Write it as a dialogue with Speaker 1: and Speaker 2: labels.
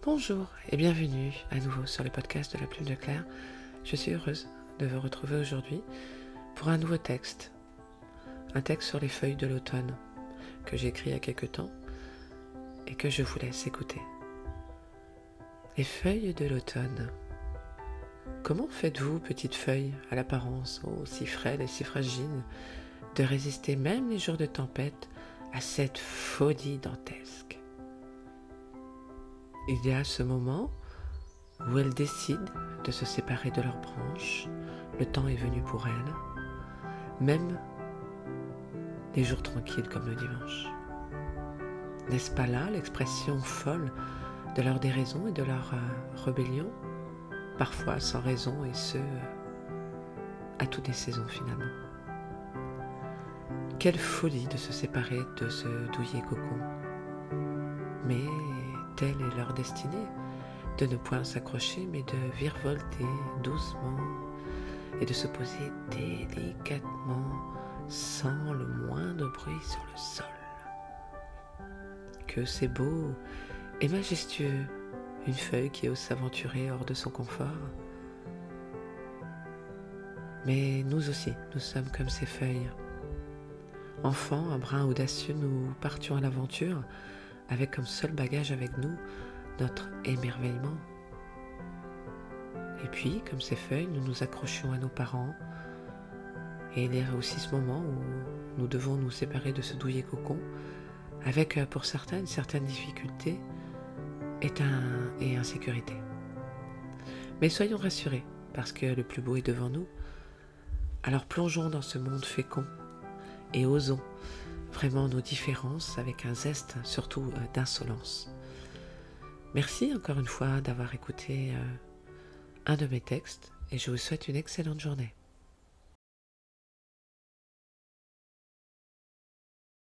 Speaker 1: Bonjour et bienvenue à nouveau sur le podcast de la Plume de Claire. Je suis heureuse de vous retrouver aujourd'hui pour un nouveau texte. Un texte sur les feuilles de l'automne que j'ai écrit il y a quelque temps et que je vous laisse écouter. Les feuilles de l'automne. Comment faites-vous, petites feuilles à l'apparence si frêles et si fragiles, de résister même les jours de tempête à cette folie dantesque? Il y a ce moment où elles décident de se séparer de leurs branches. Le temps est venu pour elles, même les jours tranquilles comme le dimanche. N'est-ce pas là l'expression folle de leur déraison et de leur rébellion, parfois sans raison, et ce, à toutes les saisons finalement. Quelle folie de se séparer de ce douillet cocon. Mais telle est leur destinée, de ne point s'accrocher, mais de virevolter doucement et de se poser délicatement, sans le moindre bruit sur le sol. Que c'est beau et majestueux, une feuille qui ose s'aventurer hors de son confort. Mais nous aussi, nous sommes comme ces feuilles. Enfants, un brin audacieux, nous partions à l'aventure, avec comme seul bagage avec nous notre émerveillement. Et puis, comme ces feuilles, nous nous accrochions à nos parents. Et il y a aussi ce moment où nous devons nous séparer de ce douillet cocon, avec pour certains une certaine difficulté et insécurité. Mais soyons rassurés, parce que le plus beau est devant nous. Alors plongeons dans ce monde fécond et osons vraiment nos différences avec un zeste, surtout d'insolence. Merci encore une fois d'avoir écouté un de mes textes et je vous souhaite une excellente journée.